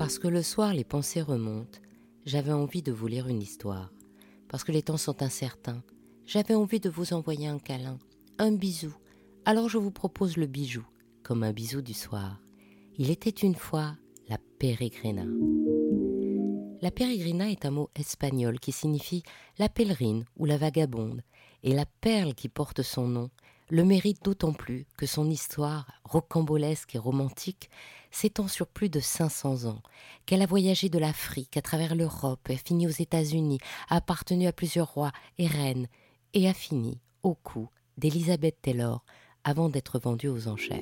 Parce que le soir, les pensées remontent, j'avais envie de vous lire une histoire. Parce que les temps sont incertains, j'avais envie de vous envoyer un câlin, un bisou. Alors je vous propose le bijou, comme un bisou du soir. Il était une fois la peregrina. La peregrina est un mot espagnol qui signifie la pèlerine ou la vagabonde, et la perle qui porte son nom le mérite d'autant plus que son histoire, rocambolesque et romantique, s'étend sur plus de 500 ans, qu'elle a voyagé de l'Afrique à travers l'Europe, a fini aux États-Unis, a appartenu à plusieurs rois et reines, et a fini au cou d'Elizabeth Taylor avant d'être vendue aux enchères.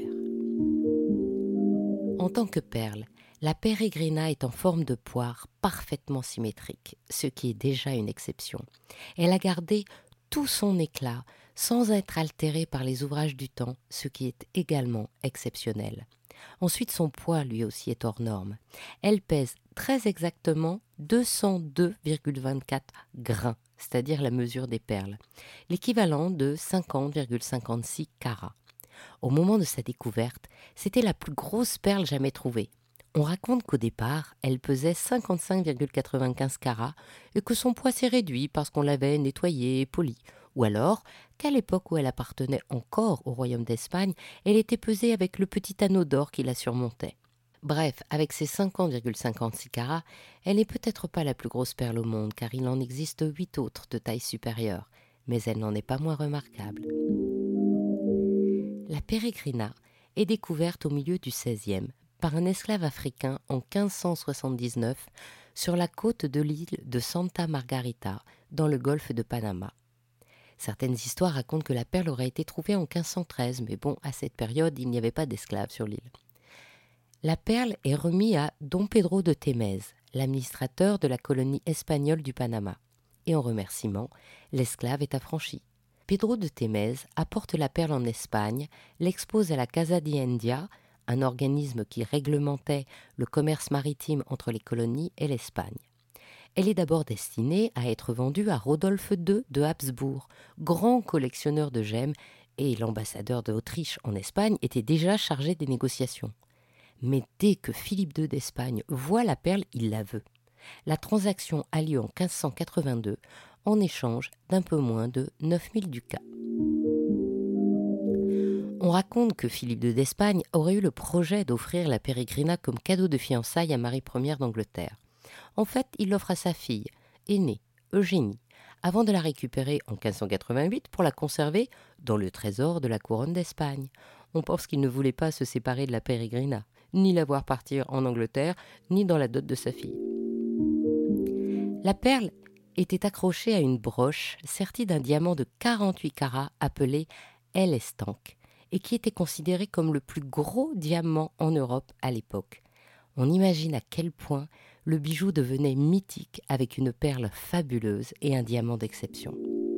En tant que perle, la peregrina est en forme de poire parfaitement symétrique, ce qui est déjà une exception. Elle a gardé tout son éclat sans être altérée par les ouvrages du temps, ce qui est également exceptionnel. Ensuite, son poids, lui aussi, est hors norme. Elle pèse très exactement 202,24 grains, c'est-à-dire la mesure des perles, l'équivalent de 50,56 carats. Au moment de sa découverte, c'était la plus grosse perle jamais trouvée. On raconte qu'au départ, elle pesait 55,95 carats et que son poids s'est réduit parce qu'on l'avait nettoyée et polie. Ou alors qu'à l'époque où elle appartenait encore au royaume d'Espagne, elle était pesée avec le petit anneau d'or qui la surmontait. Bref, avec ses 50,56 carats, elle n'est peut-être pas la plus grosse perle au monde car il en existe 8 autres de taille supérieure, mais elle n'en est pas moins remarquable. La peregrina est découverte au milieu du XVIe par un esclave africain en 1579 sur la côte de l'île de Santa Margarita dans le golfe de Panama. Certaines histoires racontent que la perle aurait été trouvée en 1513, mais bon, à cette période, il n'y avait pas d'esclaves sur l'île. La perle est remise à Don Pedro de Témez, l'administrateur de la colonie espagnole du Panama. Et en remerciement, l'esclave est affranchi. Pedro de Témez apporte la perle en Espagne, l'expose à la Casa de India, un organisme qui réglementait le commerce maritime entre les colonies et l'Espagne. Elle est d'abord destinée à être vendue à Rodolphe II de Habsbourg, grand collectionneur de gemmes, et l'ambassadeur d'Autriche en Espagne était déjà chargé des négociations. Mais dès que Philippe II d'Espagne voit la perle, il la veut. La transaction a lieu en 1582 en échange d'un peu moins de 9000 ducats. On raconte que Philippe II d'Espagne aurait eu le projet d'offrir la peregrina comme cadeau de fiançailles à Marie Ier d'Angleterre. En fait, il l'offre à sa fille, aînée, Eugénie, avant de la récupérer en 1588 pour la conserver dans le trésor de la couronne d'Espagne. On pense qu'il ne voulait pas se séparer de la peregrina, ni la voir partir en Angleterre, ni dans la dot de sa fille. La perle était accrochée à une broche sertie d'un diamant de 48 carats appelé El Estanque et qui était considéré comme le plus gros diamant en Europe à l'époque. On imagine à quel point le bijou devenait mythique avec une perle fabuleuse et un diamant d'exception.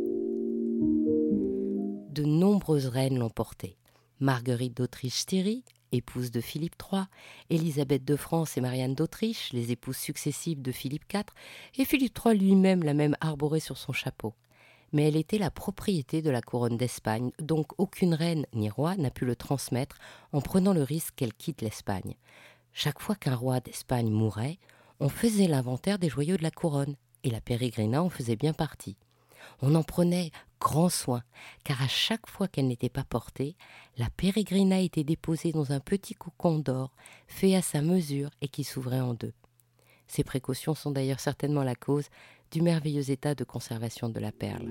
De nombreuses reines l'ont porté. Marguerite d'Autriche-Styrie, épouse de Philippe III, Élisabeth de France et Marianne d'Autriche, les épouses successives de Philippe IV, et Philippe III lui-même l'a même arborée sur son chapeau. Mais elle était la propriété de la couronne d'Espagne, donc aucune reine ni roi n'a pu le transmettre en prenant le risque qu'elle quitte l'Espagne. Chaque fois qu'un roi d'Espagne mourait, on faisait l'inventaire des joyaux de la couronne, et la peregrina en faisait bien partie. On en prenait grand soin, car à chaque fois qu'elle n'était pas portée, la peregrina était déposée dans un petit cocon d'or, fait à sa mesure et qui s'ouvrait en deux. Ces précautions sont d'ailleurs certainement la cause du merveilleux état de conservation de la perle.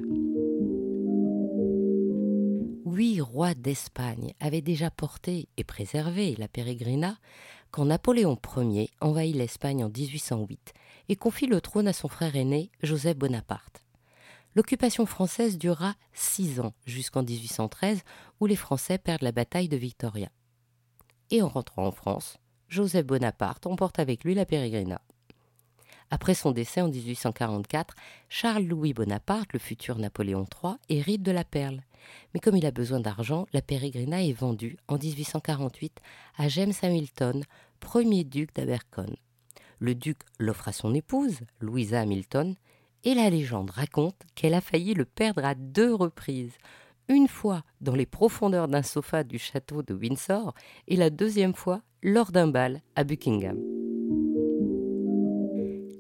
8 rois d'Espagne avaient déjà porté et préservé la peregrina quand Napoléon Ier envahit l'Espagne en 1808 et confie le trône à son frère aîné, Joseph Bonaparte. L'occupation française dura 6 ans, jusqu'en 1813, où les Français perdent la bataille de Victoria. Et en rentrant en France, Joseph Bonaparte emporte avec lui la peregrina. Après son décès en 1844, Charles-Louis Bonaparte, le futur Napoléon III, hérite de la perle. Mais comme il a besoin d'argent, la peregrina est vendue en 1848 à James Hamilton, premier duc d'Abercorn. Le duc l'offre à son épouse, Louisa Hamilton, et la légende raconte qu'elle a failli le perdre à 2 reprises. Une fois dans les profondeurs d'un sofa du château de Windsor et la deuxième fois lors d'un bal à Buckingham.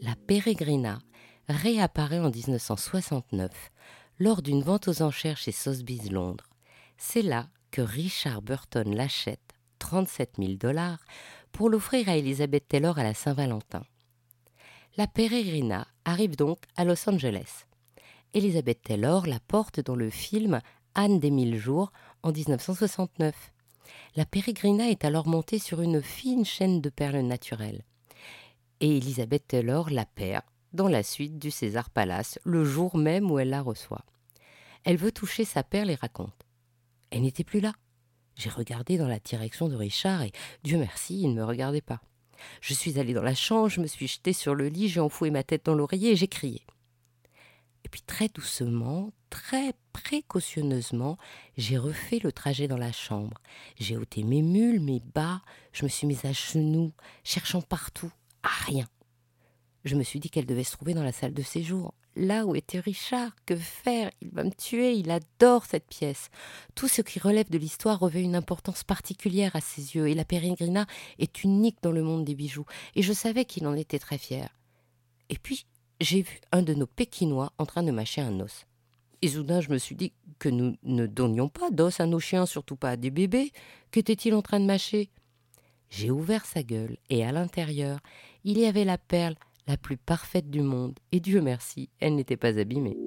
la Peregrina réapparaît en 1969 lors d'une vente aux enchères chez Sotheby's Londres. C'est là que Richard Burton l'achète 37 000 $ pour l'offrir à Elizabeth Taylor à la Saint-Valentin. La Peregrina arrive donc à Los Angeles. Elizabeth Taylor la porte dans le film Anne des 1000 jours en 1969. La Peregrina est alors montée sur une fine chaîne de perles naturelles. Et Elizabeth Taylor la perd dans la suite du César Palace, le jour même où elle la reçoit. Elle veut toucher sa perle et raconte. Elle n'était plus là. J'ai regardé dans la direction de Richard et, Dieu merci, il ne me regardait pas. Je suis allée dans la chambre, je me suis jetée sur le lit, j'ai enfoué ma tête dans l'oreiller et j'ai crié. Et puis très doucement, très précautionneusement, j'ai refait le trajet dans la chambre. J'ai ôté mes mules, mes bas, je me suis mise à genoux, cherchant partout, à rien. Je me suis dit qu'elle devait se trouver dans la salle de séjour, là où était Richard. Que faire? Il va me tuer, il adore cette pièce. Tout ce qui relève de l'histoire revêt une importance particulière à ses yeux, et la Peregrina est unique dans le monde des bijoux, et je savais qu'il en était très fier. Et puis, j'ai vu un de nos Pékinois en train de mâcher un os. Et soudain, je me suis dit que nous ne donnions pas d'os à nos chiens, surtout pas à des bébés. Qu'était-il en train de mâcher? J'ai ouvert sa gueule, et à l'intérieur, il y avait la perle la plus parfaite du monde, et Dieu merci, elle n'était pas abîmée.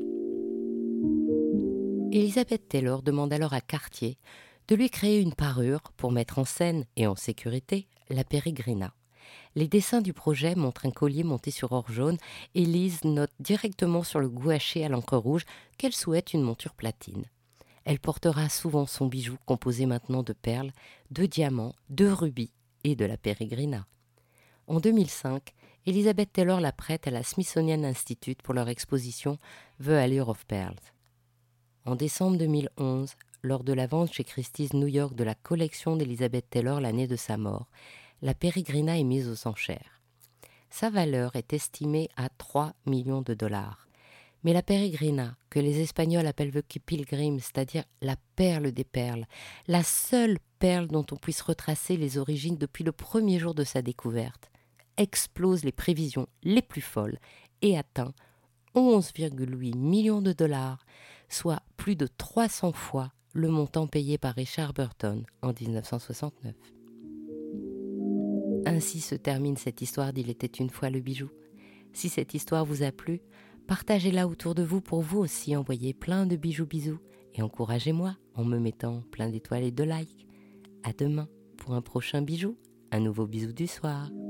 Elizabeth Taylor demande alors à Cartier de lui créer une parure pour mettre en scène et en sécurité la Peregrina. Les dessins du projet montrent un collier monté sur or jaune et Liz note directement sur le gouaché à l'encre rouge qu'elle souhaite une monture platine. Elle portera souvent son bijou composé maintenant de perles, de diamants, de rubis et de la Peregrina. En 2005, Elizabeth Taylor la prête à la Smithsonian Institute pour leur exposition The Allure of Pearls. En décembre 2011, lors de la vente chez Christie's New York de la collection d'Elizabeth Taylor l'année de sa mort, la Peregrina est mise aux enchères. Sa valeur est estimée à 3 millions de $. Mais la Peregrina, que les Espagnols appellent the pilgrim, c'est-à-dire la perle des perles, la seule perle dont on puisse retracer les origines depuis le premier jour de sa découverte, explose les prévisions les plus folles et atteint 11,8 millions de $, soit plus de 300 fois le montant payé par Richard Burton en 1969. Ainsi se termine cette histoire d'Il était une fois le bijou. Si cette histoire vous a plu, partagez-la autour de vous pour vous aussi envoyer plein de bijoux bisous et encouragez-moi en me mettant plein d'étoiles et de likes. À demain pour un prochain bijou, un nouveau bisou du soir.